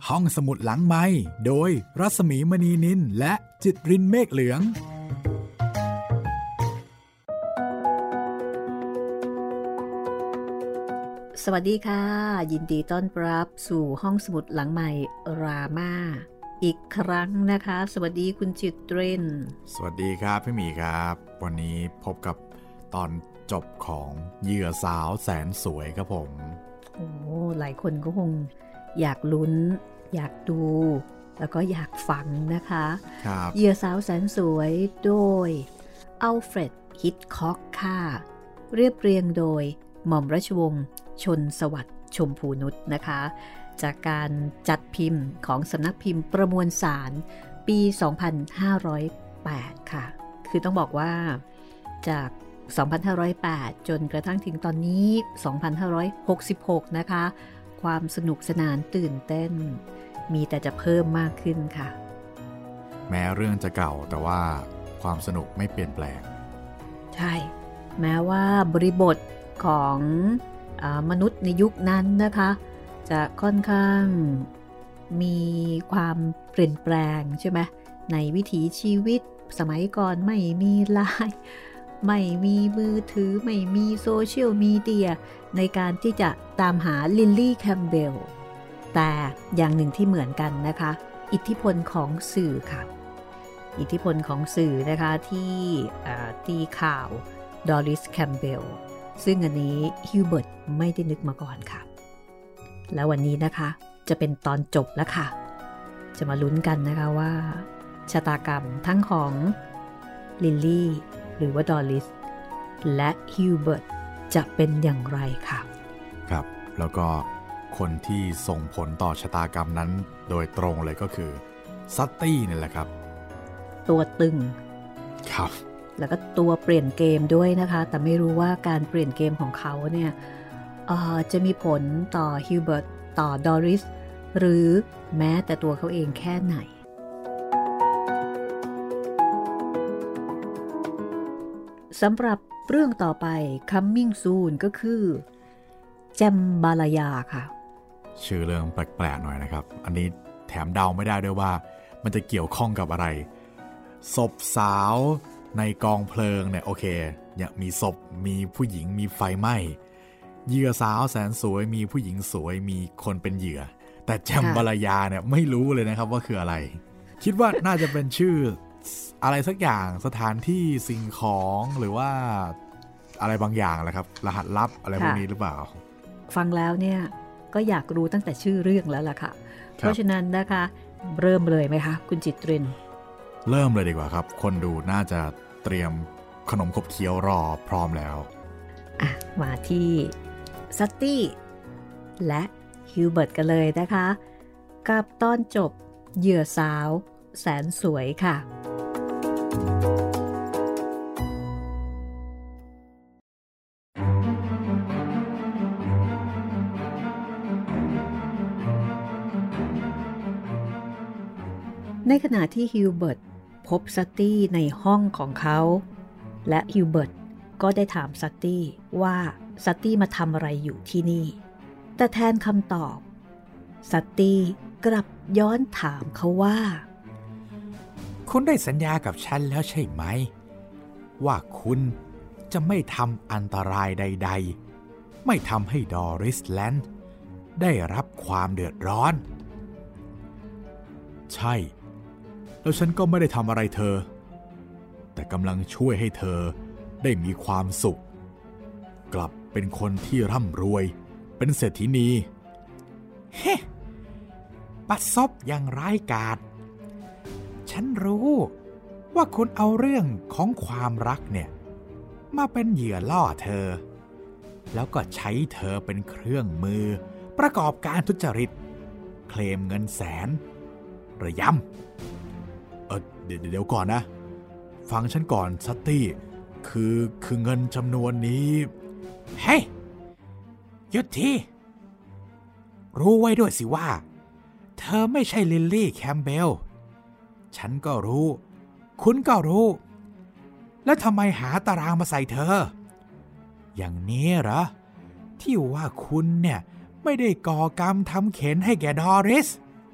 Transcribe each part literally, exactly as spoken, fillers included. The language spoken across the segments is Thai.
ห้องสมุดหลังไมค์โดยรัศมีมณีนินและจิตรินเมฆเหลืองสวัสดีค่ะยินดีต้อนรับสู่ห้องสมุดหลังใหม่รามาอีกครั้งนะคะสวัสดีคุณจิตรินสวัสดีครับพี่หมีครับวันนี้พบกับตอนจบของเหยื่อสาวแสนสวยครับผมโอ้หลายคนก็คงอยากลุ้นอยากดูแล้วก็อยากฟังนะคะครับเหยื่อสาวแสนสวยโดยอัลเฟรดฮิตคอกค่ะเรียบเรียงโดยหม่อมราชวงศ์ชนสวัสดิ์ชมพูนุชนะคะจากการจัดพิมพ์ของสำนักพิมพ์ประมวลสารปี สองพันห้าร้อยแปด ค่ะคือต้องบอกว่าจาก สองพันห้าร้อยแปด จนกระทั่งถึงตอนนี้ สองพันห้าร้อยหกสิบหก นะคะความสนุกสนานตื่นเต้นมีแต่จะเพิ่มมากขึ้นค่ะแม้เรื่องจะเก่าแต่ว่าความสนุกไม่เปลี่ยนแปลงใช่แม้ว่าบริบทของอมนุษย์ในยุคนั้นนะคะจะค่อนข้างมีความเปลี่ยนแปลงใช่ไหมในวิถีชีวิตสมัยก่อนไม่มีไลน์ไม่มีมือถือไม่มีโซเชียลมีเดียในการที่จะตามหาลิลลี่แคมเบลแต่อย่างหนึ่งที่เหมือนกันนะคะอิทธิพลของสื่อค่ะอิทธิพลของสื่อนะคะที่ตีข่าวดอริสแคมเบลซึ่งอันนี้ฮิวเบิร์ตไม่ได้นึกมาก่อนค่ะแล้ววันนี้นะคะจะเป็นตอนจบแล้วค่ะจะมาลุ้นกันนะคะว่าชะตากรรมทั้งของลิลลี่หรือว่าดอริสและฮิวเบิร์ตจะเป็นอย่างไรค่ะครับแล้วก็คนที่ส่งผลต่อชะตากรรมนั้นโดยตรงเลยก็คือซัตตี้นี่แหละครับตัวตึงครับแล้วก็ตัวเปลี่ยนเกมด้วยนะคะแต่ไม่รู้ว่าการเปลี่ยนเกมของเขาเนี่ยเอ่อจะมีผลต่อฮิวเบิร์ตต่อดอริสหรือแม้แต่ตัวเขาเองแค่ไหนสำหรับเรื่องต่อไป Coming Soon ก็คือแจมบาลายาค่ะชื่อเรื่องแปลกๆหน่อยนะครับอันนี้แถมเดาไม่ได้ด้วยว่ามันจะเกี่ยวข้องกับอะไรศพสาวในกองเพลิงเนี่ยโอเคเนี่ยมีศพมีผู้หญิงมีไฟไหม้เหยื่อสาวแสนสวยมีผู้หญิงสวยมีคนเป็นเหยื่อแต่แจมบาลายาเนี่ยไม่รู้เลยนะครับว่าคืออะไรคิดว่าน่าจะเป็นชื่ออะไรสักอย่างสถานที่สิ่งของหรือว่าอะไรบางอย่างแหละครับรหัสลับอะไรพวกนี้หรือเปล่าฟังแล้วเนี่ยก็อยากรู้ตั้งแต่ชื่อเรื่องแล้วล่ะค่ะเพราะฉะนั้นนะคะเริ่มเลยไหมคะคุณจิตรินเริ่มเลยดีกว่าครับคนดูน่าจะเตรียมขนมขบเคี้ยวรอพร้อมแล้วอ่ะมาที่ซัตตี้และฮิวเบิร์ตกันเลยนะคะกับตอนจบเหยื่อสาวแสนสวยค่ะในขณะที่ฮิวเบิร์ตพบซัตตี้ในห้องของเขาและฮิวเบิร์ตก็ได้ถามซัตตี้ว่าซัตตี้มาทำอะไรอยู่ที่นี่แต่แทนคำตอบซัตตี้กลับย้อนถามเขาว่าคุณได้สัญญากับฉันแล้วใช่ไหมว่าคุณจะไม่ทำอันตรายใดๆไม่ทำให้ดอริสแลนด์ได้รับความเดือดร้อนใช่แล้วฉันก็ไม่ได้ทำอะไรเธอแต่กำลังช่วยให้เธอได้มีความสุขกลับเป็นคนที่ร่ำรวยเป็นเศรษฐีนีเฮ้ปัดซบอย่างร้ายกาจฉันรู้ว่าคุณเอาเรื่องของความรักเนี่ยมาเป็นเหยื่อล่อเธอแล้วก็ใช้เธอเป็นเครื่องมือประกอบการทุจริตเคลมเงินแสนระยำเออเดี๋ยวเดี๋ยวก่อนนะฟังฉันก่อนซัตตี้คือคือเงินจำนวนนี้เฮ้ยหยุดทีรู้ไว้ด้วยสิว่าเธอไม่ใช่ลิลลี่แคมเบลฉันก็รู้คุณก็รู้แล้วทำไมหาตารางมาใส่เธออย่างนี้เหรอที่ว่าคุณเนี่ยไม่ได้ก่อกรรมทำเข็นให้แกดอริส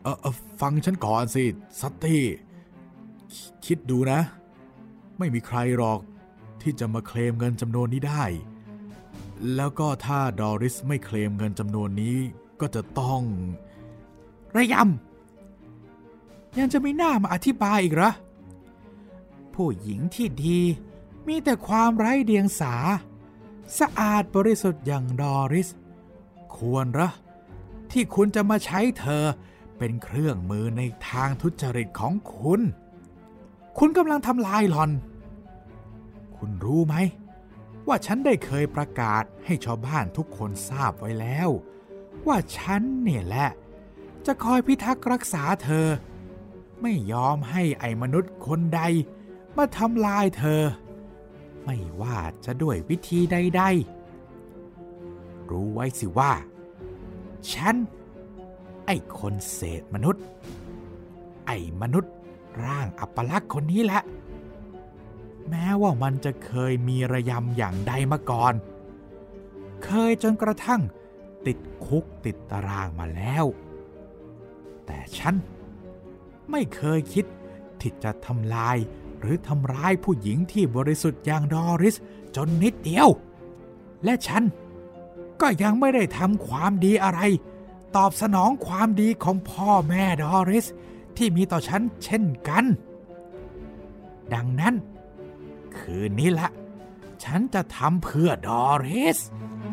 เออเออฟังฉันก่อนสิซัตตี้คิดดูนะไม่มีใครหรอกที่จะมาเคลมเงินจำนวนนี้ได้แล้วก็ถ้าดอริสไม่เคลมเงินจำนวนนี้ก็จะต้องระยำยังจะมีหน้ามาอธิบายอีกเหรอผู้หญิงที่ดีมีแต่ความไร้เดียงสาสะอาดบริสุทธิ์อย่างดอริสควรเหรอที่คุณจะมาใช้เธอเป็นเครื่องมือในทางทุจริตของคุณคุณกำลังทำลายหล่อนคุณรู้ไหมว่าฉันได้เคยประกาศให้ชาวบ้านทุกคนทราบไว้แล้วว่าฉันเนี่ยแหละจะคอยพิทักษ์รักษาเธอไม่ยอมให้ไอ้มนุษย์คนใดมาทำลายเธอไม่ว่าจะด้วยวิธีใดๆรู้ไว้สิว่าฉันไอ้คนเศษมนุษย์ไอ้มนุษย์ร่างอัปลักษณ์คนนี้แหละแม้ว่ามันจะเคยมีระยำอย่างใดมาก่อนเคยจนกระทั่งติดคุกติดตารางมาแล้วแต่ฉันไม่เคยคิดที่จะทำลายหรือทำร้ายผู้หญิงที่บริสุทธิ์อย่างดอริสจนนิดเดียวและฉันก็ยังไม่ได้ทำความดีอะไรตอบสนองความดีของพ่อแม่ดอริสที่มีต่อฉันเช่นกันดังนั้นคืนนี้ละฉันจะทำเพื่อดอริส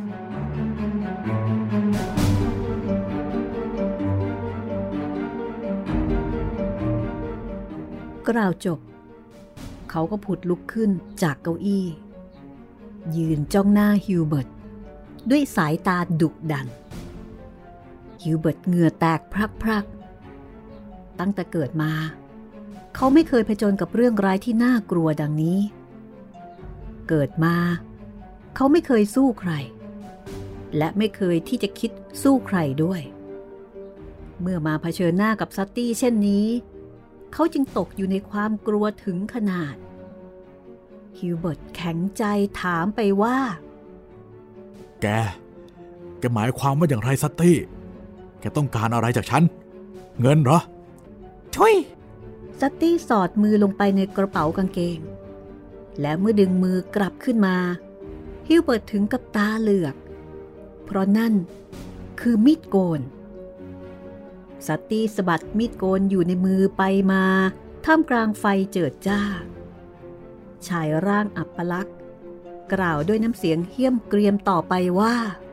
กล่าวจบเขาก็ผุดลุกขึ้นจากเก้าอี้ยืนจ้องหน้าฮิวเบิร์ตด้วยสายตาดุดันฮิวเบิร์ตเหงื่อแตกพรักๆตั้งแต่เกิดมาเขาไม่เคยผจญกับเรื่องร้ายที่น่ากลัวดังนี้เกิดมาเขาไม่เคยสู้ใครและไม่เคยที่จะคิดสู้ใครด้วยเมื่อมาเผชิญหน้ากับซัตตี้เช่นนี้เขาจึงตกอยู่ในความกลัวถึงขนาดฮิวเบิร์ตแข็งใจถามไปว่าแกแกหมายความว่าอย่างไรซัตตี้แกต้องการอะไรจากฉันเงินเหรอทุยซัตตี้สอดมือลงไปในกระเป๋ากางเกงและเมื่อดึงมือกลับขึ้นมาฮิวเบิร์ตถึงกับตาเหลือกเพราะนั่นคือมีดโกนซัตตี้สะบัดมีดโกนอยู่ในมือไปมาท่ามกลางไฟเจิดจ้าชายร่างอัปลักษณ์กล่าวด้วยน้ำเสียงเหี้ยมเกรียมต่อไปว่า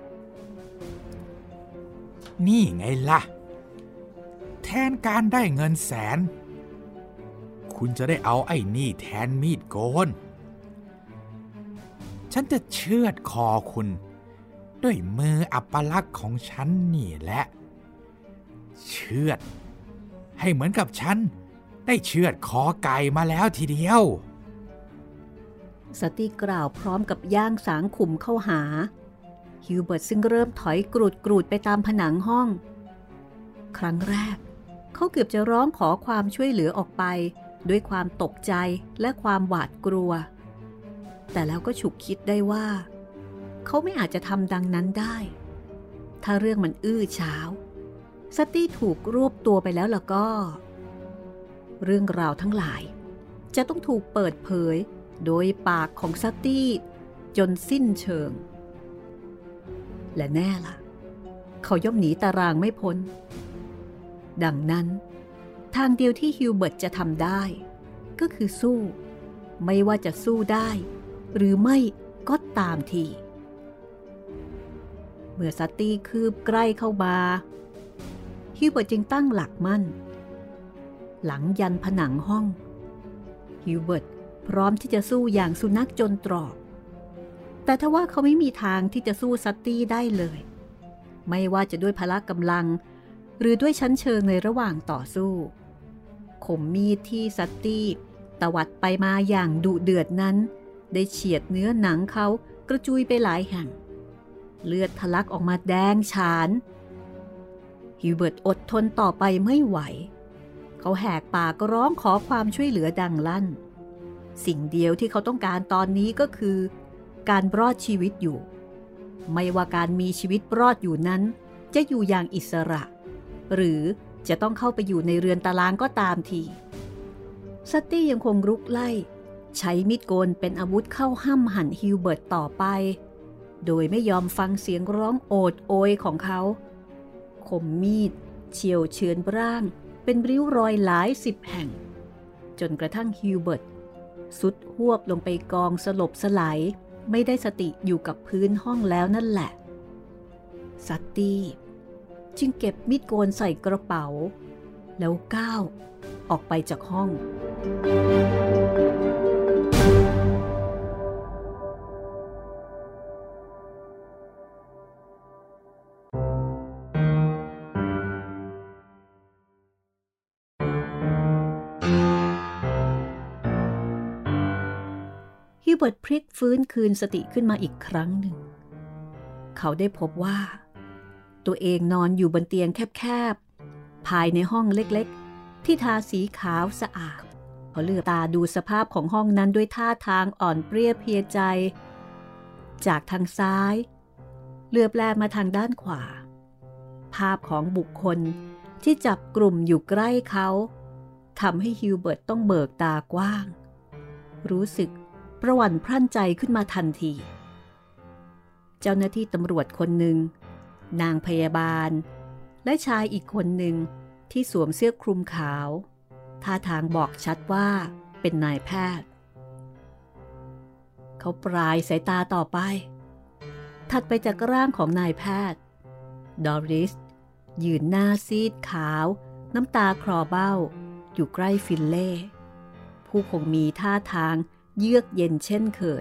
นี่ไงล่ะแทนการได้เงินแสนคุณจะได้เอาไอ้นี่แทนมีดโกนฉันจะเชือดคอคุณด้วยมืออัปลักษณ์ของฉันนี่แหละเชือดให้เหมือนกับฉันได้เชือดคอไก่มาแล้วทีเดียวสตีกล่าวพร้อมกับย่างสางขุมเข้าหาฮิวเบิร์ตซึ่งเริ่มถอยกรูดกรูดไปตามผนังห้องครั้งแรกเขาเกือบจะร้องขอความช่วยเหลือออกไปด้วยความตกใจและความหวาดกลัวแต่แล้วก็ฉุกคิดได้ว่าเขาไม่อาจจะทำดังนั้นได้ถ้าเรื่องมันอื้อฉาวซัตตี้ถูกรวบตัวไปแล้วล่ะก็เรื่องราวทั้งหลายจะต้องถูกเปิดเผยโดยปากของซัตตี้จนสิ้นเชิงและแน่ล่ะเขาย่อมหนีตารางไม่พ้นดังนั้นทางเดียวที่ฮิวเบิร์ตจะทำได้ก็คือสู้ไม่ว่าจะสู้ได้หรือไม่ก็ตามทีเมื่อซัตตี้คืบใกล้เข้ามาฮิวเบิร์ตจึงตั้งหลักมั่นหลังยันผนังห้องฮิวเบิร์ตพร้อมที่จะสู้อย่างสุนัขจนตรอกแต่ทว่าเขาไม่มีทางที่จะสู้ซัตตี้ได้เลยไม่ว่าจะด้วยพละกำลังหรือด้วยชั้นเชิงในระหว่างต่อสู้คมมีดที่ซัตตี้ตวัดไปมาอย่างดุเดือดนั้นได้เฉียดเนื้อหนังเขากระจุยไปหลายแห่งเลือดทะลักออกมาแดงฉานฮิวเบิร์ตอดทนต่อไปไม่ไหวเขาแหกปากร้องขอความช่วยเหลือดังลั่นสิ่งเดียวที่เขาต้องการตอนนี้ก็คือการรอดชีวิตอยู่ไม่ว่าการมีชีวิตรอดอยู่นั้นจะอยู่อย่างอิสระหรือจะต้องเข้าไปอยู่ในเรือนตารางก็ตามทีซัตตี้ยังคงรุกไล่ใช้มีดโกนเป็นอาวุธเข้าห้ำหั่นฮิวเบิร์ตต่อไปโดยไม่ยอมฟังเสียงร้องโอดโอยของเขาคมมีดเฉี่ยวเฉือนร่างเป็นริ้วรอยหลายสิบแห่งจนกระทั่งฮิวเบิร์ตสุดหวบลงไปกองสลบสลายไม่ได้สติอยู่กับพื้นห้องแล้วนั่นแหละซัตตี้จึงเก็บมีดโกนใส่กระเป๋าแล้วก้าวออกไปจากห้องฮิวเบิร์ตพลิกฟื้นคืนสติขึ้นมาอีกครั้งหนึ่งเขาได้พบว่าตัวเองนอนอยู่บนเตียงแคบๆภายในห้องเล็กๆที่ทาสีขาวสะอาดเขาเลือกตาดูสภาพของห้องนั้นด้วยท่าทางอ่อนเปรี้ยเพลียใจจากทางซ้ายเหลือบแลมาทางด้านขวาภาพของบุคคลที่จับกลุ่มอยู่ใกล้เขาทำให้ฮิวเบิร์ตต้องเบิกตากว้างรู้สึกประหวั่นพรั่นใจขึ้นมาทันทีเจ้าหน้าที่ตำรวจคนหนึ่งนางพยาบาลและชายอีกคนหนึ่งที่สวมเสื้อคลุมขาวท่าทางบอกชัดว่าเป็นนายแพทย์เขาปลายสายตาต่อไปถัดไปจากร่างของนายแพทย์ดอริสยืนหน้าซีดขาวน้ำตาคลอเบ้าอยู่ใกล้ฟินเล่ผู้คงมีท่าทางเยือกเย็นเช่นเคย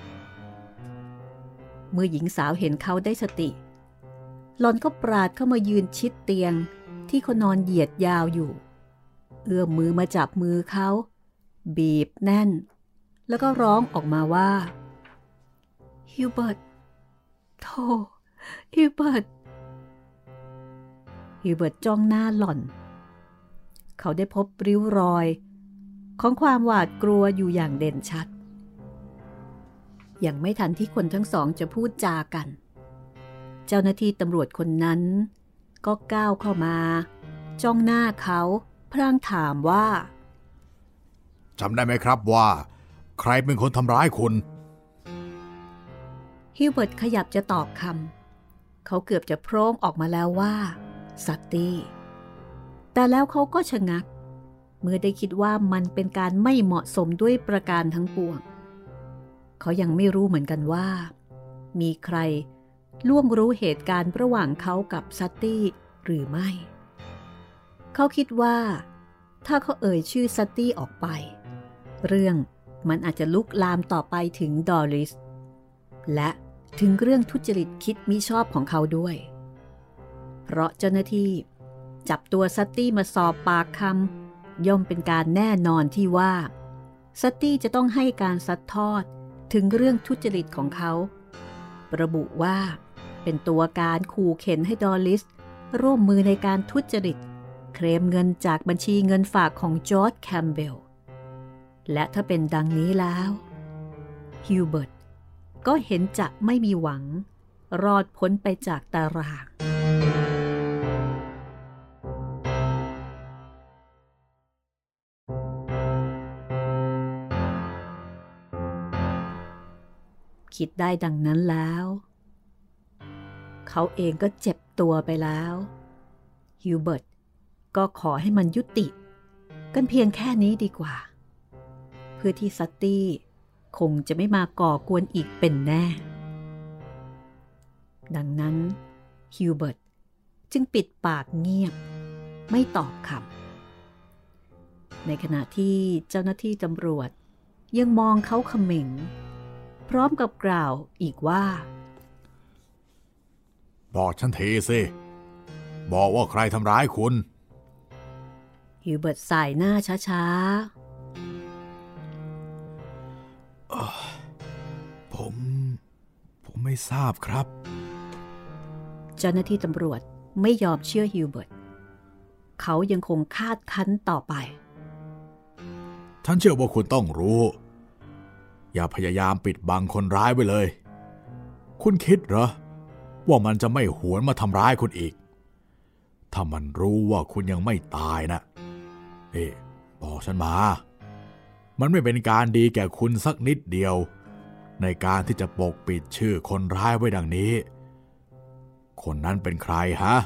เมื่อหญิงสาวเห็นเขาได้สติหล่อนก็ปราดเข้ามายืนชิดเตียงที่เขานอนเหยียดยาวอยู่เอื้อมมือมาจับมือเขาบีบแน่นแล้วก็ร้องออกมาว่าฮิวเบิร์ตโธ่ฮิวเบิร์ตฮิวเบิร์ตจ้องหน้าหล่อนเขาได้พบริ้วรอยของความหวาดกลัวอยู่อย่างเด่นชัดยังไม่ทันที่คนทั้งสองจะพูดจากันเจ้าหน้าที่ตำรวจคนนั้นก็ก้าวเข้ามาจ้องหน้าเขาพลางถามว่าจำได้ไหมครับว่าใครเป็นคนทำร้ายคุณฮิวเบิร์ตขยับจะตอบคำเขาเกือบจะโพร่งออกมาแล้วว่าซัตตี้แต่แล้วเขาก็ชะงักเมื่อได้คิดว่ามันเป็นการไม่เหมาะสมด้วยประการทั้งปวงเขายังไม่รู้เหมือนกันว่ามีใครล่วงรู้เหตุการณ์ระหว่างเขากับซัตตี้หรือไม่เขาคิดว่าถ้าเขาเอ่ยชื่อซัตตี้ออกไปเรื่องมันอาจจะลุกลามต่อไปถึงดอริสและถึงเรื่องทุจริตคิดมิชอบของเขาด้วยเพราะเจ้าหน้าที่จับตัวซัตตี้มาสอบปากคำย่อมเป็นการแน่นอนที่ว่าซัตตี้จะต้องให้การซัดทอดถึงเรื่องทุจริตของเขาระบุว่าเป็นตัวการขู่เข็นให้ดอริสร่วมมือในการทุจริตเคลมเงินจากบัญชีเงินฝากของจอร์จแคมเบลและถ้าเป็นดังนี้แล้วฮิวเบิร์ตก็เห็นจะไม่มีหวังรอดพ้นไปจากตารางคิดได้ดังนั้นแล้วเขาเองก็เจ็บตัวไปแล้วฮิวเบิร์ตก็ขอให้มันยุติกันเพียงแค่นี้ดีกว่าเพื่อที่ซัตตี้คงจะไม่มาก่อกวนอีกเป็นแน่ดังนั้นฮิวเบิร์ตจึงปิดปากเงียบไม่ตอบคำในขณะที่เจ้าหน้าที่ตำรวจยังมองเขาเขม็งพร้อมกับกล่าวอีกว่าบอกฉันทีสิบอกว่าใครทำร้ายคุณฮิวเบิร์ตสายหน้าช้าๆผมผมไม่ทราบครับเจ้าหน้าที่ตำรวจไม่ยอมเชื่อฮิวเบิร์ตเขายังคงคาดคั้นต่อไปท่านเชื่อว่าคุณต้องรู้อย่าพยายามปิดบังคนร้ายไว้เลยคุณคิดเหรอว่ามันจะไม่หวนมาทำร้ายคุณอีกถ้ามันรู้ว่าคุณยังไม่ตายนะเอ๊ะบอกฉันมามันไม่เป็นการดีแก่คุณสักนิดเดียวในการที่จะปกปิดชื่อคนร้ายไว้ดังนี้คนนั้นเป็นใครฮะ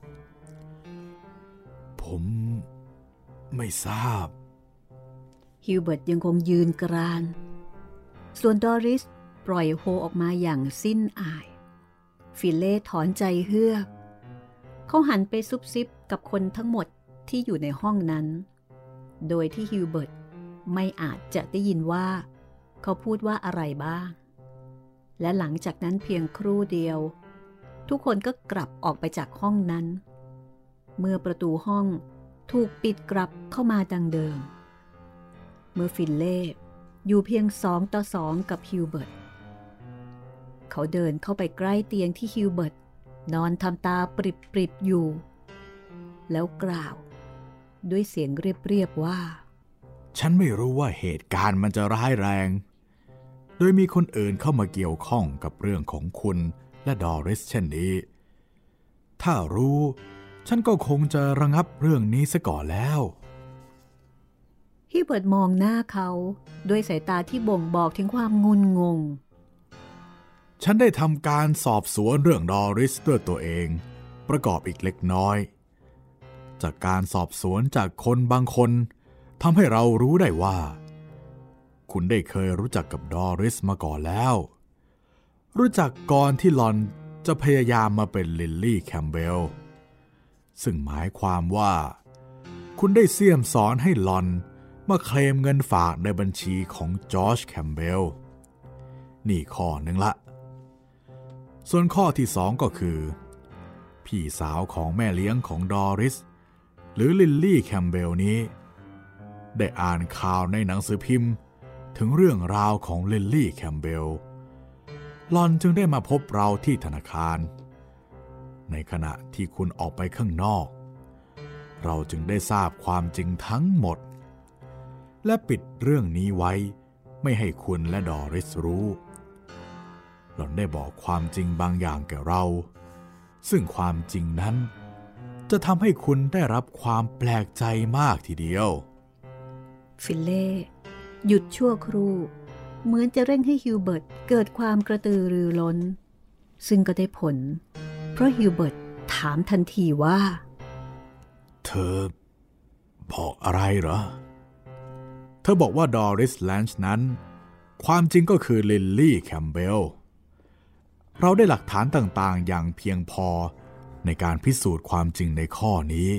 ผมไม่ทราบฮิวเบิร์ตยังคงยืนกรานส่วนดอริสปล่อยโฮออกมาอย่างสิ้นอายฟิลเล่ถอนใจเฮือกเขาหันไปซุบซิบกับคนทั้งหมดที่อยู่ในห้องนั้นโดยที่ฮิวเบิร์ตไม่อาจจะได้ยินว่าเขาพูดว่าอะไรบ้างและหลังจากนั้นเพียงครู่เดียวทุกคนก็กลับออกไปจากห้องนั้นเมื่อประตูห้องถูกปิดกลับเข้ามาดังเดิมเมื่อฟิลเล่อยู่เพียงสองต่อสองกับฮิวเบิร์ตเขาเดินเข้าไปใกล้เตียงที่ฮิวเบิร์ตนอนทำตาปริบๆอยู่แล้วกล่าวด้วยเสียงเรียบๆว่าฉันไม่รู้ว่าเหตุการณ์มันจะร้ายแรงโดยมีคนอื่นเข้ามาเกี่ยวข้องกับเรื่องของคุณและดอริสเช่นนี้ถ้ารู้ฉันก็คงจะระงับเรื่องนี้ซะก่อนแล้วฮิวเบิร์ตมองหน้าเขาด้วยสายตาที่บ่งบอกถึงความงุนงงฉันได้ทำการสอบสวนเรื่องดอริสด้วยตัวเองประกอบอีกเล็กน้อยจากการสอบสวนจากคนบางคนทำให้เรารู้ได้ว่าคุณได้เคยรู้จักกับดอริสมาก่อนแล้วรู้จักก่อนที่ลอนจะพยายามมาเป็นลิลลี่แคมเบลซึ่งหมายความว่าคุณได้เสี่ยมสอนให้ลอนมาเคลมเงินฝากในบัญชีของจอร์จแคมเบลนี่ข้อหนึ่งละส่วนข้อที่สองก็คือพี่สาวของแม่เลี้ยงของดอริสหรือลิลลี่แคมเบลนี้ได้อ่านข่าวในหนังสือพิมพ์ถึงเรื่องราวของลิลลี่แคมเบลลอนจึงได้มาพบเราที่ธนาคารในขณะที่คุณออกไปข้างนอกเราจึงได้ทราบความจริงทั้งหมดและปิดเรื่องนี้ไว้ไม่ให้คุณและดอริสรู้หล่อนได้บอกความจริงบางอย่างแก่เราซึ่งความจริงนั้นจะทำให้คุณได้รับความแปลกใจมากทีเดียวฟิลเล่หยุดชั่วครู่เหมือนจะเร่งให้ฮิวเบิร์ตเกิดความกระตือรือร้นซึ่งก็ได้ผลเพราะฮิวเบิร์ตถามทันทีว่าเธอบอกอะไรเหรอเธอบอกว่าดอริสแลนช์นั้นความจริงก็คือลิลลี่แคมเบลเราได้หลักฐานต่างๆอย่างเพียงพอในการพิสูจน์ความจริงในข้อนี้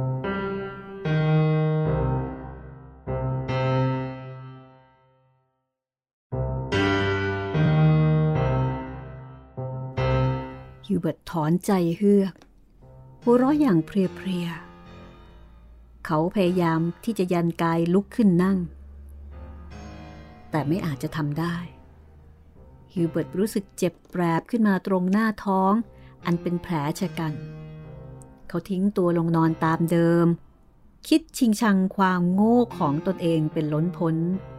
ฮิวเบิร์ตถอนใจเฮือกหัวเราะอย่างเพลียๆเขาพยายามที่จะยันกายลุกขึ้นนั่งแต่ไม่อาจจะทำได้ฮิวเบิร์ตรู้สึกเจ็บแปรบขึ้นมาตรงหน้าท้องอันเป็นแผลชะกันเขาทิ้งตัวลงนอนตามเดิมคิดชิงชังความโง่ของตนเองเป็นล้นพ้น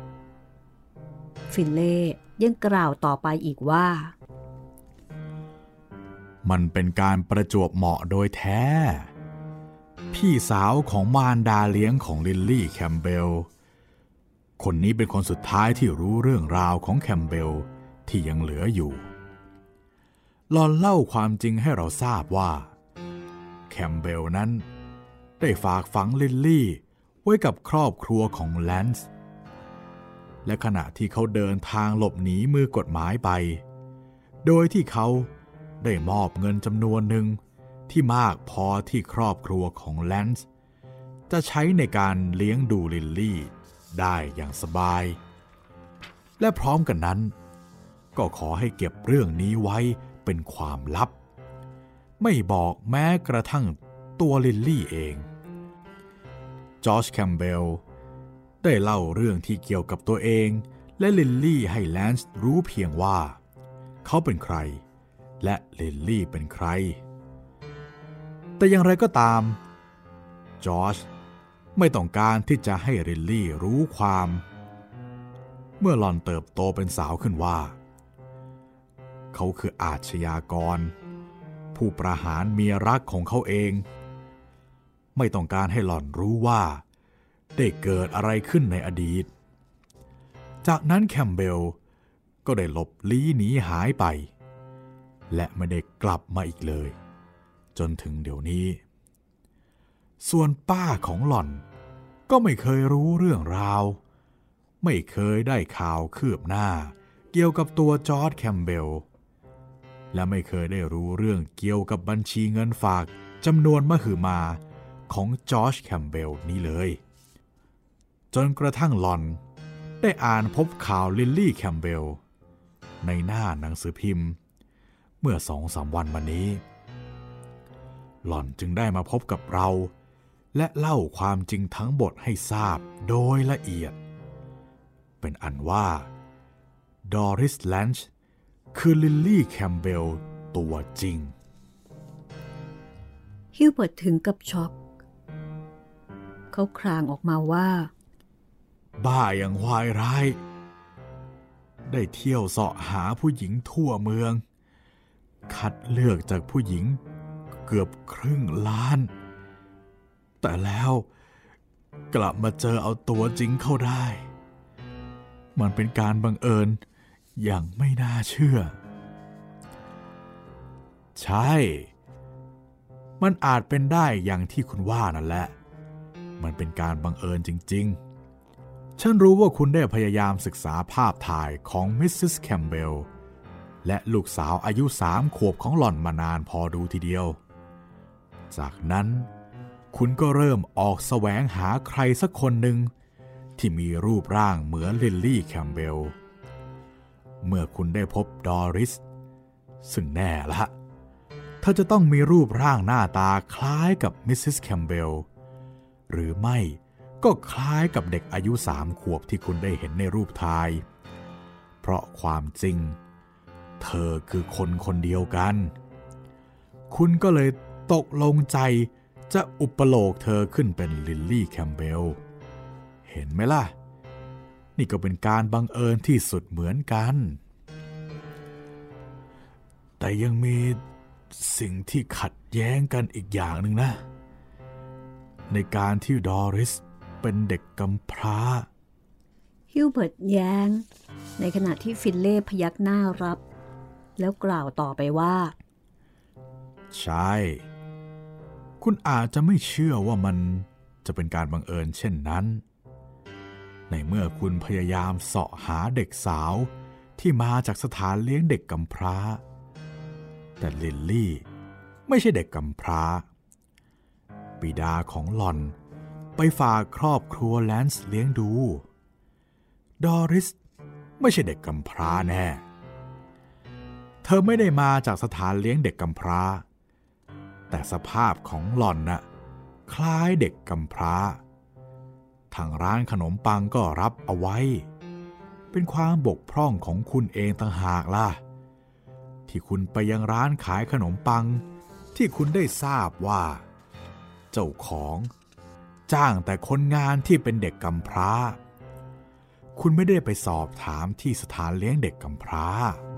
ฟิลเล่ยังกล่าวต่อไปอีกว่ามันเป็นการประจวบเหมาะโดยแท้พี่สาวของมารดาเลี้ยงของลิลลี่แคมเบลคนนี้เป็นคนสุดท้ายที่รู้เรื่องราวของแคมเบลที่ยังเหลืออยู่หล่อนเล่าความจริงให้เราทราบว่าแคมเบลนั้นได้ฝากฝังลิลลี่ไว้กับครอบครัวของแลนซ์และขณะที่เขาเดินทางหลบหนีมือกฎหมายไปโดยที่เขาได้มอบเงินจำนวนหนึ่งที่มากพอที่ครอบครัวของแลนซ์จะใช้ในการเลี้ยงดูลิลลี่ได้อย่างสบายและพร้อมกันนั้นก็ขอให้เก็บเรื่องนี้ไว้เป็นความลับไม่บอกแม้กระทั่งตัวลิลลี่เองจอร์จแคมเบลได้เล่าเรื่องที่เกี่ยวกับตัวเองและลิลลี่ให้แลนซ์รู้เพียงว่าเขาเป็นใครและลิลลี่เป็นใครแต่อย่างไรก็ตามจอร์จไม่ต้องการที่จะให้ลิลลี่รู้ความเมื่อหล่อนเติบโตเป็นสาวขึ้นว่าเขาคืออาชญากรผู้ประหารเมียรักของเขาเองไม่ต้องการให้หล่อนรู้ว่าได้เกิดอะไรขึ้นในอดีตจากนั้นแคมเบลก็ได้หลบลี้หนีหายไปและไม่ได้กลับมาอีกเลยจนถึงเดี๋ยวนี้ส่วนป้าของหล่อนก็ไม่เคยรู้เรื่องราวไม่เคยได้ข่าวคืบหน้าเกี่ยวกับตัวจอร์จแคมเบลและไม่เคยได้รู้เรื่องเกี่ยวกับบัญชีเงินฝากจำนวนมหึมาของจอร์จแคมเบลนี้เลยจนกระทั่งหล่อนได้อ่านพบข่าวลิลลี่แคมเบลในหน้าหนังสือพิมพ์เมื่อสองสามวันมานี้หล่อนจึงได้มาพบกับเราและเล่าความจริงทั้งหมดให้ทราบโดยละเอียดเป็นอันว่าดอริส แลนช์คือลิลลี่แคมเบลตัวจริงฮิวเบิร์ตถึงกับช็อกเขาครางออกมาว่าบ้าอย่างวายร้ายได้เที่ยวเสาะหาผู้หญิงทั่วเมืองคัดเลือกจากผู้หญิงเกือบครึ่งล้านแต่แล้วกลับมาเจอเอาตัวจริงเข้าได้มันเป็นการบังเอิญอย่างไม่น่าเชื่อใช่มันอาจเป็นได้อย่างที่คุณว่านั่นแหละมันเป็นการบังเอิญจริงๆฉันรู้ว่าคุณได้พยายามศึกษาภาพถ่ายของมิสซิสแคมเบลและลูกสาวอายุสามขวบของหล่อนมานานพอดูทีเดียวจากนั้นคุณก็เริ่มออกแสวงหาใครสักคนหนึ่งที่มีรูปร่างเหมือนลิลลี่แคมเบลเมื่อคุณได้พบดอริสซึ่งแน่ละเธอจะต้องมีรูปร่างหน้าตาคล้ายกับมิสซิสแคมเบลหรือไม่ก็คล้ายกับเด็กอายุสามขวบที่คุณได้เห็นในรูปถ่ายเพราะความจริงเธอคือคนคนเดียวกันคุณก็เลยตกลงใจจะอุปโลกเธอขึ้นเป็นลิลลี่แคมเบลเห็นไหมล่ะนี่ก็เป็นการบังเอิญที่สุดเหมือนกันแต่ยังมีสิ่งที่ขัดแย้งกันอีกอย่างหนึ่งนะในการที่ดอริสเป็นเด็กกำพร้าฮิวเบิร์ตแย้งในขณะที่ฟินเล่พยักหน้ารับแล้วกล่าวต่อไปว่าใช่คุณอาจจะไม่เชื่อว่ามันจะเป็นการบังเอิญเช่นนั้นในเมื่อคุณพยายามเสาะหาเด็กสาวที่มาจากสถานเลี้ยงเด็กกำพร้าแต่ลิลลี่ไม่ใช่เด็กกำพร้าบิดาของหล่อนไปฝากครอบครัวแลนซ์เลี้ยงดูดอริสไม่ใช่เด็กกำพร้าแน่เธอไม่ได้มาจากสถานเลี้ยงเด็กกำพร้าแต่สภาพของหล่อนน่ะคล้ายเด็กกำพร้าทางร้านขนมปังก็รับเอาไว้เป็นความบกพร่องของคุณเองต่างหากล่ะที่คุณไปยังร้านขายขนมปังที่คุณได้ทราบว่าเจ้าของจ้างแต่คนงานที่เป็นเด็กกำพร้าคุณไม่ได้ไปสอบถามที่สถานเลี้ยงเด็กกำพร้า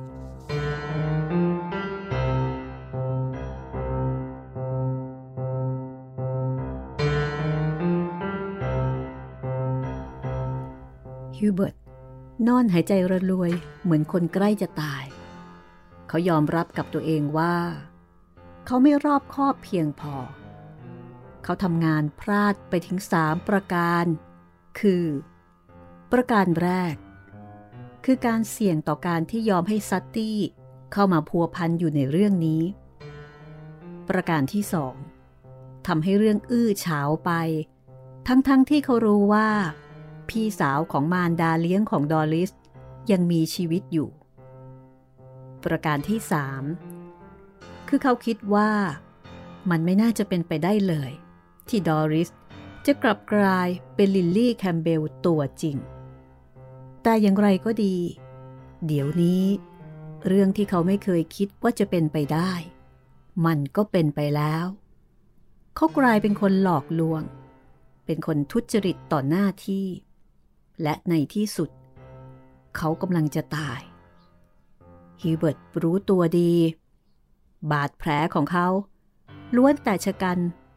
ฮิวเบิร์ตนอนหายใจระลวยเหมือนคนใกล้จะตายเขายอมรับกับตัวเองว่าเขาไม่รอบคอบเพียงพอเขาทำงานพลาดไปถึงสามประการคือประการแรกคือการเสี่ยงต่อการที่ยอมให้ซัตตี้เข้ามาพัวพันอยู่ในเรื่องนี้ประการที่สองทำให้เรื่องอื้อฉาวไปทั้งๆ ท, ที่เขารู้ว่าพี่สาวของมารดาเลี้ยงของดอริสยังมีชีวิตอยู่ประการที่สามคือเขาคิดว่ามันไม่น่าจะเป็นไปได้เลยที่ดอริสจะกลับกลายเป็นลิลลี่แคมเบลตัวจริงแต่อย่างไรก็ดีเดี๋ยวนี้เรื่องที่เขาไม่เคยคิดว่าจะเป็นไปได้มันก็เป็นไปแล้วเขากลายเป็นคนหลอกลวงเป็นคนทุจริตต่อหน้าที่และในที่สุดเขากำลังจะตายฮิวเบิร์ตรู้ตัวดีบาดแผลของเขาล้วนแต่ชะกัน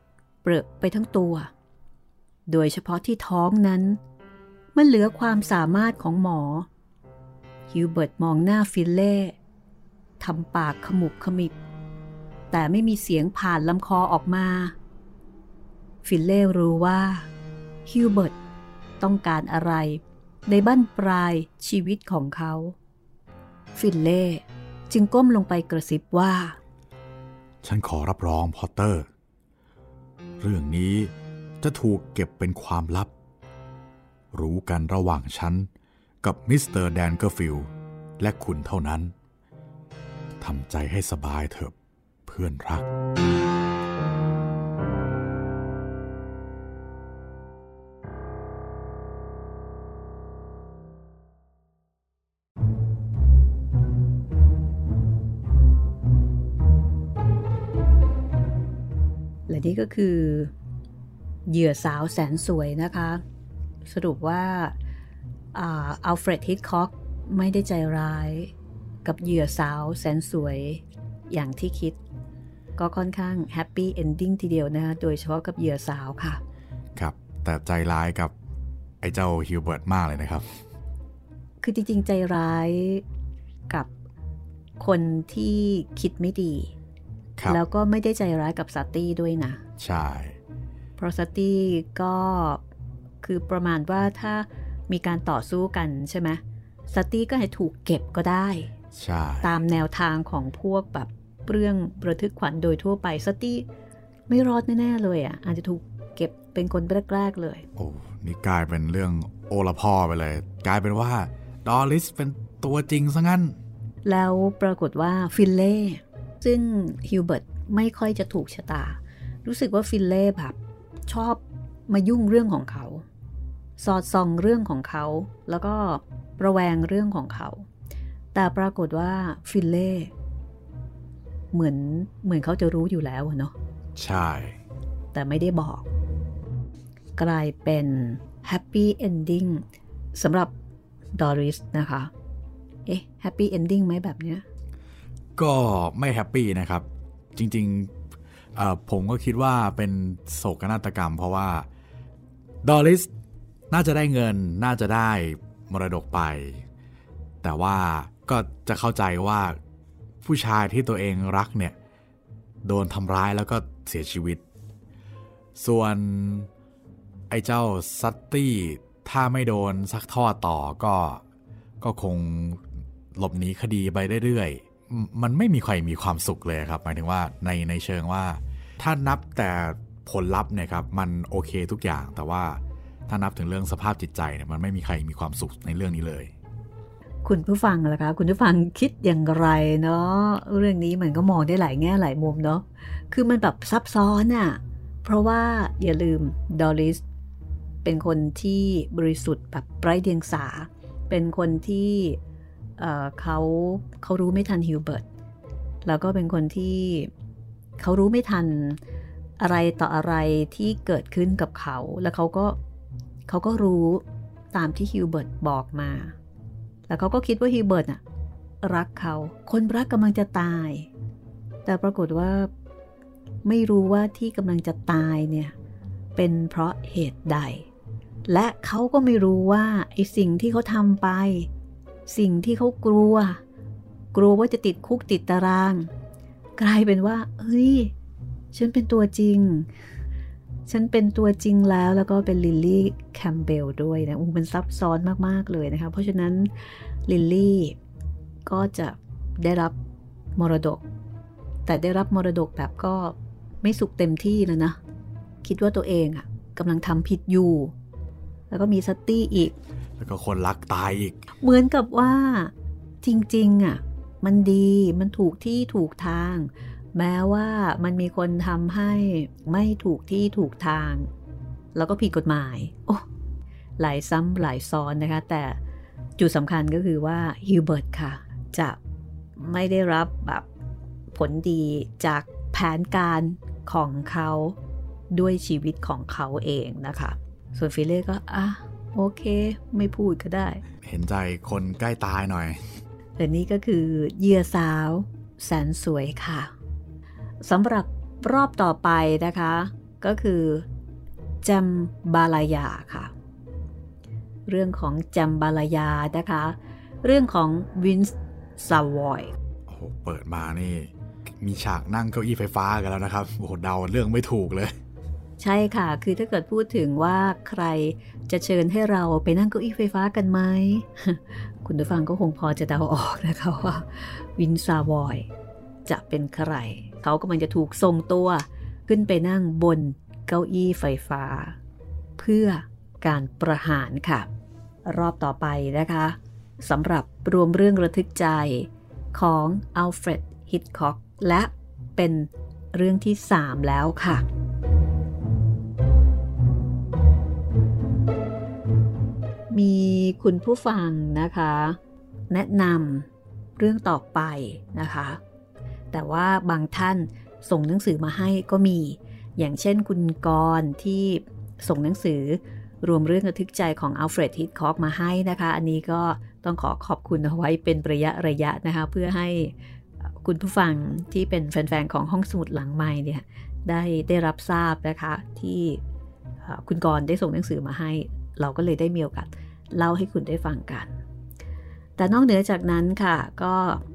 ปรอะไปทั้งตัวโดยเฉพาะที่ท้องนั้นมันเหลือความสามารถของหมอฮิวเบิร์ตมองหน้าฟิลเล่ทำปากขมุบขมิบแต่ไม่มีเสียงผ่านลำคอออกมาฟิลเล่รู้ว่าฮิวเบิร์ตต้องการอะไรในบั้นปลายชีวิตของเขาฟิลเล่จึงก้มลงไปกระซิบว่าฉันขอรับรองพอตเตอร์เรื่องนี้จะถูกเก็บเป็นความลับรู้กันระหว่างฉันกับมิสเตอร์แดนเกอร์ฟิลด์และคุณเท่านั้นทำใจให้สบายเถอะเพื่อนรักและนี่ก็คือเหยื่อสาวแสนสวยนะคะสรุปว่าอัลเฟรดฮิตค็อกไม่ได้ใจร้ายกับเหยื่อสาวแสนสวยอย่างที่คิดก็ค่อนข้างแฮปปี้เอนดิ้งทีเดียวนะคะโดยเฉพาะกับเหยื่อสาวค่ะครับแต่ใจร้ายกับไอ้เจ้าฮิวเบิร์ตมากเลยนะครับคือจริงๆใจร้ายกับคนที่คิดไม่ดีแล้วก็ไม่ได้ใจร้ายกับซัตตี้ด้วยนะใช่เพราะซัตตี้ก็คือประมาณว่าถ้ามีการต่อสู้กันใช่ไหมซัตตี้ก็ให้ถูกเก็บก็ได้ใช่ตามแนวทางของพวกแบบเรื่องระทึกขวัญโดยทั่วไปซัตตี้ไม่รอดแน่ๆเลยอ่ะอาจจะถูกเก็บเป็นคนแรกๆเลยโอ้นี่กลายเป็นเรื่องโอละพ่อไปเลยกลายเป็นว่าดอริสเป็นตัวจริงซะงั้นแล้วปรากฏว่าฟิลเล่ซึ่งฮิวเบิร์ตไม่ค่อยจะถูกชะตารู้สึกว่าฟิลเล่แบบชอบมายุ่งเรื่องของเขาสอดส่องเรื่องของเขาแล้วก็ระแวงเรื่องของเขาแต่ปรากฏว่าฟิลเล่เหมือนเหมือนเขาจะรู้อยู่แล้วเนาะใช่แต่ไม่ได้บอกกลายเป็นแฮปปี้เอนดิ้งสำหรับดอริสนะคะเอ๊ะแฮปปี้เอนดิ้งไหมแบบเนี้ยก็ไม่แฮปปี้นะครับจริงๆผมก็คิดว่าเป็นโศกนาฏกรรมเพราะว่าดอริสน่าจะได้เงินน่าจะได้มรดกไปแต่ว่าก็จะเข้าใจว่าผู้ชายที่ตัวเองรักเนี่ยโดนทำร้ายแล้วก็เสียชีวิตส่วนไอ้เจ้าซัตตี้ถ้าไม่โดนซักทอดต่อก็ก็คงหลบหนีคดีไปเรื่อยๆมันไม่มีใครมีความสุขเลยครับหมายถึงว่าในในเชิงว่าถ้านับแต่ผลลัพธ์เนี่ยครับมันโอเคทุกอย่างแต่ว่าถ้านับถึงเรื่องสภาพจิตใจเนี่ยมันไม่มีใครมีความสุขในเรื่องนี้เลยคุณผู้ฟังล่ะคะคุณผู้ฟังคิดอย่างไรเนาะเรื่องนี้มันก็มองได้หลายแง่หลายมุมเนาะคือมันแบบซับซ้อนอะเพราะว่าอย่าลืมดอริสเป็นคนที่บริสุทธิ์แบบไร้เดียงสาเป็นคนที่เอ่อเขาเขารู้ไม่ทันฮิวเบิร์ตแล้วก็เป็นคนที่เขารู้ไม่ทันอะไรต่ออะไรที่เกิดขึ้นกับเขาแล้วเขาก็เขาก็รู้ตามที่ฮิวเบิร์ตบอกมาแล้วเขาก็คิดว่าฮิวเบิร์ตน่ะรักเขาคนรักกำลังจะตายแต่ปรากฏว่าไม่รู้ว่าที่กำลังจะตายเนี่ยเป็นเพราะเหตุใดและเขาก็ไม่รู้ว่าไอ้สิ่งที่เขาทำไปสิ่งที่เขากลัวกลัวว่าจะติดคุกติดตารางกลายเป็นว่าเฮ้ยฉันเป็นตัวจริงฉันเป็นตัวจริงแล้วแล้วก็เป็นลิลลี่แคมเบลด้วยนะอู้มันซับซ้อนมากๆเลยนะคะเพราะฉะนั้นลิลลี่ก็จะได้รับมรดกแต่ได้รับมรดกแบบก็ไม่สุขเต็มที่แล้วนะคิดว่าตัวเองอ่ะกำลังทำผิดอยู่แล้วก็มีซัตตี้อีกแล้วก็คนรักตายอีกเหมือนกับว่าจริงๆอ่ะมันดีมันถูกที่ถูกทางแม้ว่ามันมีคนทำให้ไม่ถูกที่ถูกทางแล้วก็ผิดกฎหมายโอ้หลายซ้ำหลายซ้อนนะคะแต่จุดสำคัญก็คือว่าฮิวเบิร์ตค่ะจะไม่ได้รับแบบผลดีจากแผนการของเขาด้วยชีวิตของเขาเองนะคะส่วนฟิลเล่ก็อ่ะโอเคไม่พูดก็ได้เห็นใจคนใกล้ตายหน่อยแต่นี่ก็คือเหยื่อสาวแสนสวยค่ะสำหรับรอบต่อไปนะคะก็คือแจมบาลายาค่ะเรื่องของแจมบาลายานะคะเรื่องของวินส์ซาวอยโอ้โหเปิดมานี่มีฉากนั่งเก้าอี้ไฟฟ้ากันแล้วนะครับโอ้โหเดาเรื่องไม่ถูกเลยใช่ค่ะคือถ้าเกิดพูดถึงว่าใครจะเชิญให้เราไปนั่งเก้าอี้ไฟฟ้ากันไหม คุณผู้ฟังก็คงพอจะเดาออกนะคะว่าวินซาวอยจะเป็นใครเขากำลังจะถูกส่งตัวขึ้นไปนั่งบนเก้าอี้ไฟฟ้าเพื่อการประหารค่ะรอบต่อไปนะคะสำหรับรวมเรื่องระทึกใจของอัลเฟรดฮิตคอกและเป็นเรื่องที่สามแล้วค่ะมีคุณผู้ฟังนะคะแนะนำเรื่องต่อไปนะคะแต่ว่าบางท่านส่งหนังสือมาให้ก็มีอย่างเช่นคุณกรณ์ที่ส่งหนังสือรวมเรื่องระทึกใจของอัลเฟรดฮิตคอกมาให้นะคะอันนี้ก็ต้องขอขอบคุณเอาไว้เป็นระยะระยะนะคะเพื่อให้คุณผู้ฟังที่เป็นแฟนๆของห้องสมุดหลังไมค์เนี่ยได้ได้รับทราบนะคะที่คุณกรณ์ได้ส่งหนังสือมาให้เราก็เลยได้มีโอกาสเล่าให้คุณได้ฟังกันแต่นอกเหนือจากนั้นค่ะก็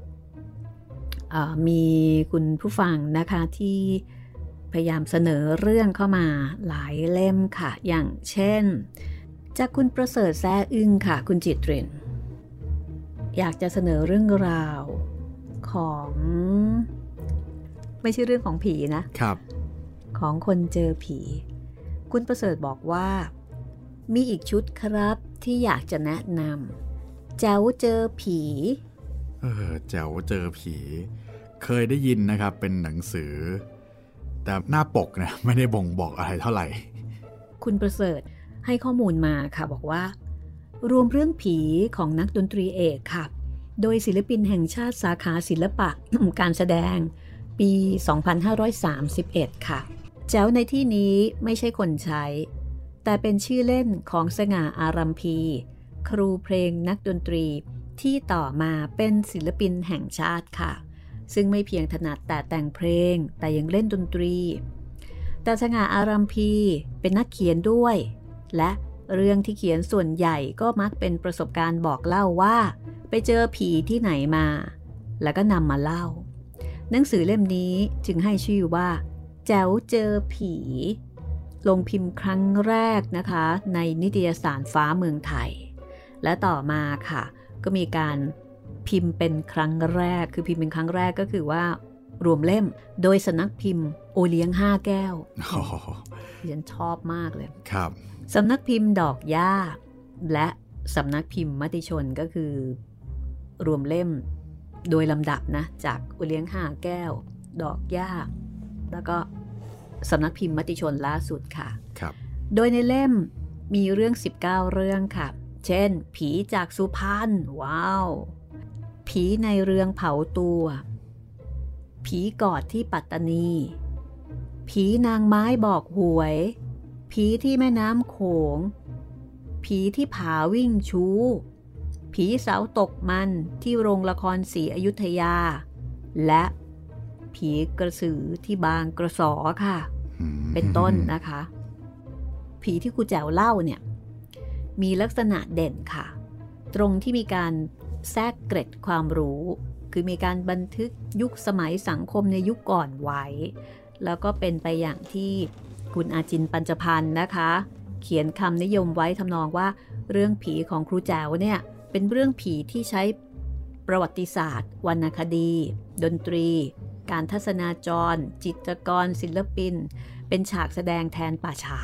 มีคุณผู้ฟังนะคะที่พยายามเสนอเรื่องเข้ามาหลายเล่มค่ะอย่างเช่นจากคุณประเสริฐแซ่อึ้งค่ะคุณจิตรินอยากจะเสนอเรื่องราวของไม่ใช่เรื่องของผีนะครับของคนเจอผีคุณประเสริฐบอกว่ามีอีกชุดครับที่อยากจะแนะนำแจ๋วเจอผีเออแจ๋วเจอผีเคยได้ยินนะครับเป็นหนังสือแต่หน้าปกนะไม่ได้บ่งบอกอะไรเท่าไหร่คุณประเสริฐให้ข้อมูลมาค่ะบอกว่ารวมเรื่องผีของนักดนตรีเอกค่ะโดยศิลปินแห่งชาติสาขาศิลปะ การแสดงปี สองพันห้าร้อยสามสิบเอ็ด ค่ะแจ๋วในที่นี้ไม่ใช่คนใช้แต่เป็นชื่อเล่นของสง่าอารัมพีครูเพลงนักดนตรีที่ต่อมาเป็นศิลปินแห่งชาติค่ะซึ่งไม่เพียงถนัดแต่แต่งเพลงแต่ยังเล่นดนตรีแต่สง่าอารัมพีเป็นนักเขียนด้วยและเรื่องที่เขียนส่วนใหญ่ก็มักเป็นประสบการณ์บอกเล่าว่าไปเจอผีที่ไหนมาแล้วก็นำมาเล่าหนังสือเล่มนี้จึงให้ชื่อว่าแจ๋วเจอผีลงพิมพ์ครั้งแรกนะคะในนิตยสารฟ้าเมืองไทยและต่อมาค่ะก็มีการพิมพ์เป็นครั้งแรกคือพิมพ์เป็นครั้งแรกก็คือว่ารวมเล่มโดยสำนักพิมพ์โอเลี้ยงห้าแก้วฉันชอบมากเลยครับสำนักพิมพ์ดอกหญ้าและสำนักพิมพ์มติชนก็คือรวมเล่มโดยลำดับนะจากโอเลี้ยงห้าแก้วดอกหญ้าแล้วก็สำนักพิมพ์มติชนล่าสุดค่ะครับโดยในเล่มมีเรื่องสิบเก้าเรื่องค่ะเช่นผีจากสุพรรณว้าวผีในเรืองเผาตัวผีกอดที่ปัตตานีผีนางไม้บอกหวยผีที่แม่น้ำโขงผีที่ผาวิ่งชู้ผีเสาตกมันที่โรงละครศรีอยุธยาและผีกระสือที่บางกระสอค่ะเป็นต้นนะคะผีที่ครูแจ๋วเล่าเนี่ยมีลักษณะเด่นค่ะตรงที่มีการแทรกเกร็ดความรู้คือมีการบันทึกยุคสมัยสังคมในยุคก่อนไว้แล้วก็เป็นไปอย่างที่คุณอาจินปัญจพันธ์นะคะเขียนคำนิยมไว้ทำนองว่าเรื่องผีของครูแจ๋วเนี่ยเป็นเรื่องผีที่ใช้ประวัติศาสตร์วรรณคดีดนตรีการทัศนาจรจิตรกรศิลปินเป็นฉากแสดงแทนป่าช้า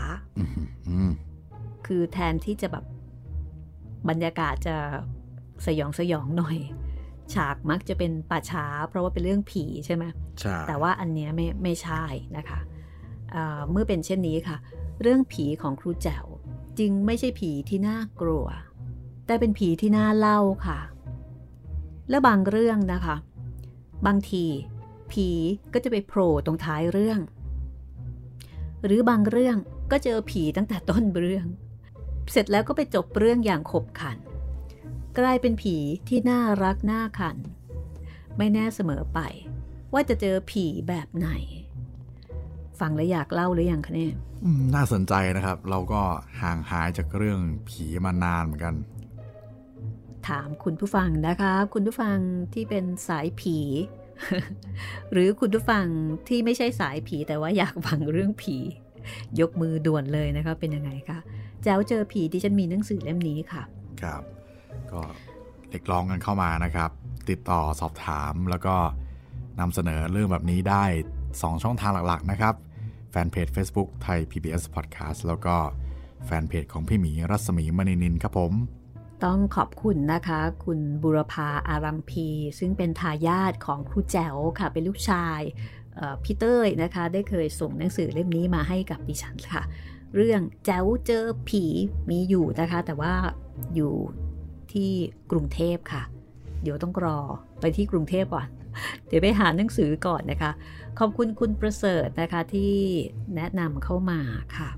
คือแทนที่จะแบบบรรยากาศจะสยองสยองหน่อยฉากมักจะเป็นป่าช้าเพราะว่าเป็นเรื่องผีใช่ไหมใช่แต่ว่าอันเนี้ยไม่ไม่ใช่นะคะเมื่อเป็นเช่นนี้ค่ะเรื่องผีของครูแจ๋วจึงไม่ใช่ผีที่น่ากลัวแต่เป็นผีที่น่าเล่าค่ะและบางเรื่องนะคะบางทีผีก็จะไปโผล่ตรงท้ายเรื่องหรือบางเรื่องก็เจอผีตั้งแต่ต้นเรื่องเสร็จแล้วก็ไปจบเรื่องอย่างขบขันกลายเป็นผีที่น่ารักน่าขันไม่แน่เสมอไปว่าจะเจอผีแบบไหนฟังแล้วอยากเล่าหรือยังคะเนี่ยน่าสนใจนะครับเราก็ห่างหายจากเรื่องผีมานานเหมือนกันถามคุณผู้ฟังนะคะคุณผู้ฟังที่เป็นสายผี หรือคุณผู้ฟังที่ไม่ใช่สายผีแต่ว่าอยากฟังเรื่องผียกมือด่วนเลยนะคะเป็นยังไงคะแจ๋วเจอผีที่ฉันมีหนังสือเล่มนี้ค่ะครับก็เรียกร้องกันเข้ามานะครับติดต่อสอบถามแล้วก็นำเสนอเรื่องแบบนี้ได้สองช่องทางหลักๆนะครับแฟนเพจ Facebook ไทย พี บี เอส Podcast แล้วก็แฟนเพจของพี่หมีรัศมีมณีนินครับผมต้องขอบคุณนะคะคุณบุรพาอารัมพีซึ่งเป็นทายาทของครูแจ๋วค่ะเป็นลูกชายพี่เต้ยนะคะได้เคยส่งหนังสือเล่มนี้มาให้กับดิฉันค่ะเรื่องแจ๋วเจอผีมีอยู่นะคะแต่ว่าอยู่ที่กรุงเทพค่ะเดี๋ยวต้องรอไปที่กรุงเทพก่อนเดี๋ยวไปหาหนังสือก่อนนะคะขอบคุณคุณประเสริฐนะคะที่แนะนำเข้ามาค่ะ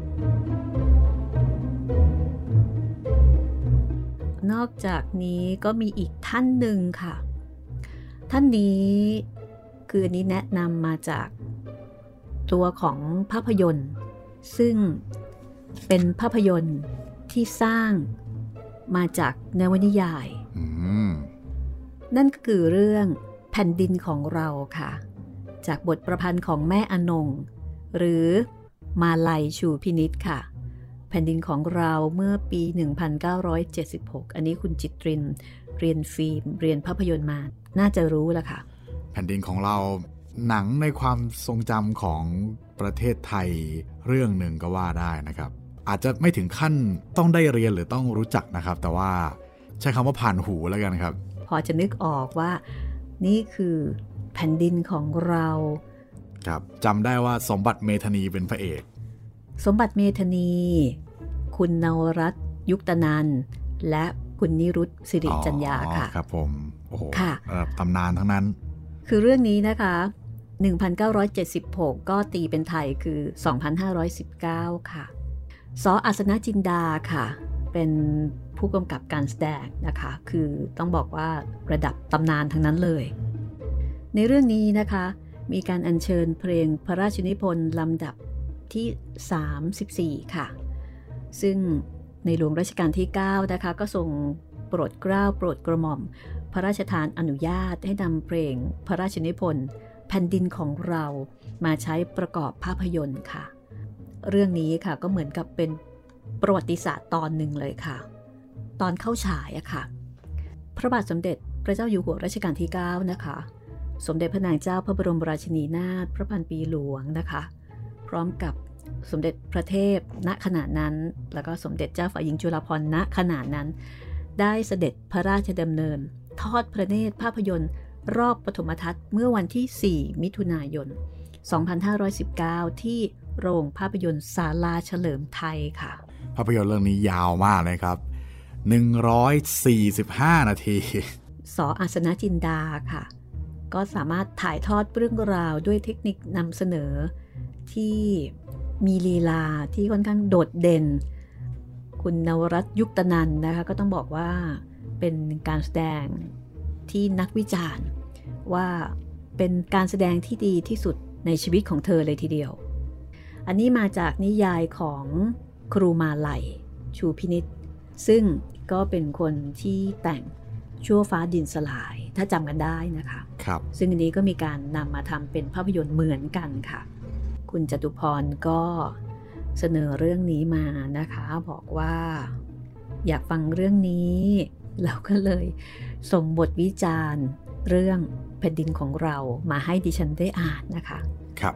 นอกจากนี้ก็มีอีกท่านหนึ่งค่ะท่านนี้คืออันนี้แนะนำมาจากตัวของภาพยนตร์ซึ่งเป็นภาพยนตร์ที่สร้างมาจากนวนิยาย mm. นั่นก็คือเรื่องแผ่นดินของเราค่ะจากบทประพันธ์ของแม่อนงหรือมาลัยชูพินิจค่ะแผ่นดินของเราเมื่อปีหนึ่งพันเก้าร้อยเจ็ดสิบหกอันนี้คุณจิตรินเรียนฟิล์มเรียนภาพยนตร์มาน่าจะรู้แล้วค่ะแผ่นดินของเราหนังในความทรงจำของประเทศไทยเรื่องหนึ่งก็ว่าได้นะครับอาจจะไม่ถึงขั้นต้องได้เรียนหรือต้องรู้จักนะครับแต่ว่าใช้คำว่าผ่านหูแล้วกันครับพอจะนึกออกว่านี่คือแผ่นดินของเราครับจำได้ว่าสมบัติเมธานีเป็นพระเอกสมบัติเมธานีคุณนวรัตน์ยุคตนันท์และคุณนิรุตสิริจัญญาค่ะครับผมโอ้โหค่ะตำนานทั้งนั้นคือเรื่องนี้นะคะหนึ่งพันเก้าร้อยเจ็ดสิบหกก็ตีเป็นไทยคือสองพันห้าร้อยสิบเก้าค่ะส.อัศนจินดาค่ะเป็นผู้กำกับการแสดงนะคะคือต้องบอกว่าระดับตำนานทั้งนั้นเลยในเรื่องนี้นะคะมีการอัญเชิญเพลงพระราชนิพนธ์ลำดับที่สามสิบสี่ค่ะซึ่งในหลวงรัชกาลที่เก้านะคะก็ทรงโปรดเกล้าโปรดกระหม่อมพระราชทานอนุญาตให้นำเพลงพระราชนิพนธ์แผ่นดินของเรามาใช้ประกอบภาพยนตร์ค่ะเรื่องนี้ค่ะก็เหมือนกับเป็นประวัติศาสตร์ตอนหนึ่งเลยค่ะตอนเข้าฉายอะค่ะพระบาทสมเด็จพระเจ้าอยู่หัวรัชกาลที่เก้านะคะสมเด็จพระนางเจ้าพระบรมราชินีนาถพระพันปีหลวงนะคะพร้อมกับสมเด็จพระเทพณขณะนั้นแล้วก็สมเด็จเจ้าฝ่ายหญิงจุฬาภรณ์ณขณะนั้นได้เสด็จพระราชดำเนินทอดพระเนตรภาพยนตร์รอบปฐมทัศน์เมื่อวันที่สี่มิถุนายนสองพันห้าร้อยสิบเก้าที่โรงภาพยนตร์ศาลาเฉลิมไทยค่ะภาพยนตร์เรื่องนี้ยาวมากเลยครับหนึ่งร้อยสี่สิบห้านาทีส.อัศนจินดาค่ะก็สามารถถ่ายทอดเรื่องราวด้วยเทคนิคนำเสนอที่มีลีลาที่ค่อนข้างโดดเด่นคุณนวรัตน์ยุคตนันท์นะคะก็ต้องบอกว่าเป็นการแสดงที่นักวิจารณ์ว่าเป็นการแสดงที่ดีที่สุดในชีวิตของเธอเลยทีเดียวอันนี้มาจากนิยายของครูมาลัยชูพินิจซึ่งก็เป็นคนที่แต่งชั่วฟ้าดินสลายถ้าจำกันได้นะคะครับซึ่งอันนี้ก็มีการนำมาทำเป็นภาพยนตร์เหมือนกันค่ะคุณจตุพรก็เสนอเรื่องนี้มานะคะบอกว่าอยากฟังเรื่องนี้เราก็เลยส่งบทวิจารณ์เรื่องแผ่นดินของเรามาให้ดิฉันได้อ่านนะคะครับ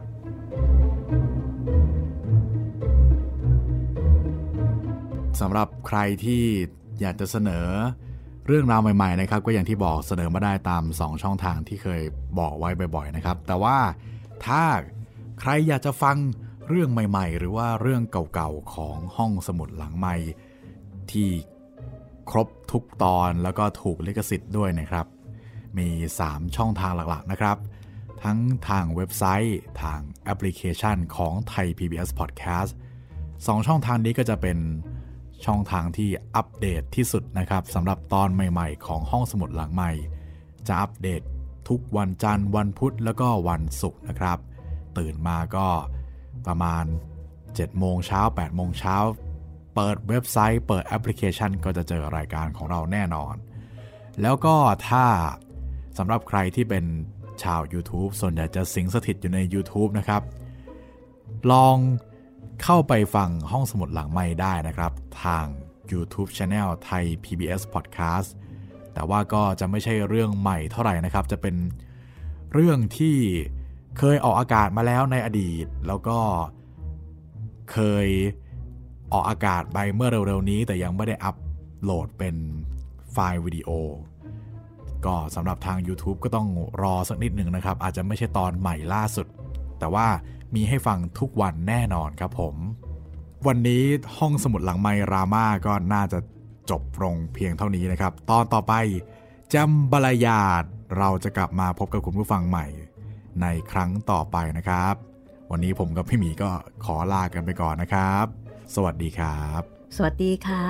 สำหรับใครที่อยากจะเสนอเรื่องราวใหม่ๆนะครับก็อย่างที่บอกเสนอมาได้ตามสองช่องทางที่เคยบอกไว้บ่อยๆนะครับแต่ว่าถ้าใครอยากจะฟังเรื่องใหม่ๆหรือว่าเรื่องเก่าๆของห้องสมุดหลังไมค์ที่ครบทุกตอนแล้วก็ถูกลิขสิทธิ์ด้วยนะครับมีสามช่องทางหลักๆนะครับทั้งทางเว็บไซต์ทางแอปพลิเคชันของไทย พี บี เอส Podcast สองช่องทางนี้ก็จะเป็นช่องทางที่อัปเดตที่สุดนะครับสำหรับตอนใหม่ๆของห้องสมุดหลังไมค์จะอัปเดตทุกวันจันทร์วันพุธแล้วก็วันศุกร์นะครับตื่นมาก็ประมาณเจ็ดโมงเช้าแปดโมงเช้าเปิดเว็บไซต์เปิดแอปพลิเคชันก็จะเจอรายการของเราแน่นอนแล้วก็ถ้าสำหรับใครที่เป็นชาว YouTube ส่วนใหญ่จะสิงสถิตอยู่ใน YouTube นะครับลองเข้าไปฟังห้องสมุดหลังไมค์ได้นะครับทาง YouTube Channel ไทย พี บี เอส Podcast แต่ว่าก็จะไม่ใช่เรื่องใหม่เท่าไหร่นะครับจะเป็นเรื่องที่เคยออกอากาศมาแล้วในอดีตแล้วก็เคยออกอากาศไปเมื่อเร็วๆนี้แต่ยังไม่ได้อัปโหลดเป็นไฟล์วิดีโอก็สำหรับทาง YouTube ก็ต้องรอสักนิดหนึ่งนะครับอาจจะไม่ใช่ตอนใหม่ล่าสุดแต่ว่ามีให้ฟังทุกวันแน่นอนครับผมวันนี้ห้องสมุดหลังไมค์ราม่าก็น่าจะจบลงเพียงเท่านี้นะครับตอนต่อไปจำบรรยาทเราจะกลับมาพบกับคุณผู้ฟังใหม่ในครั้งต่อไปนะครับวันนี้ผมกับพี่หมีก็ขอลากันไปก่อนนะครับสวัสดีครับสวัสดีค่ะ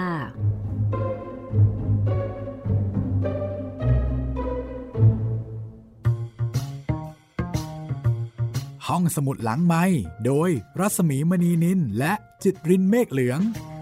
ห้องสมุดหลังไมค์โดยรัศมีมณีนินและจิตรินเมฆเหลือง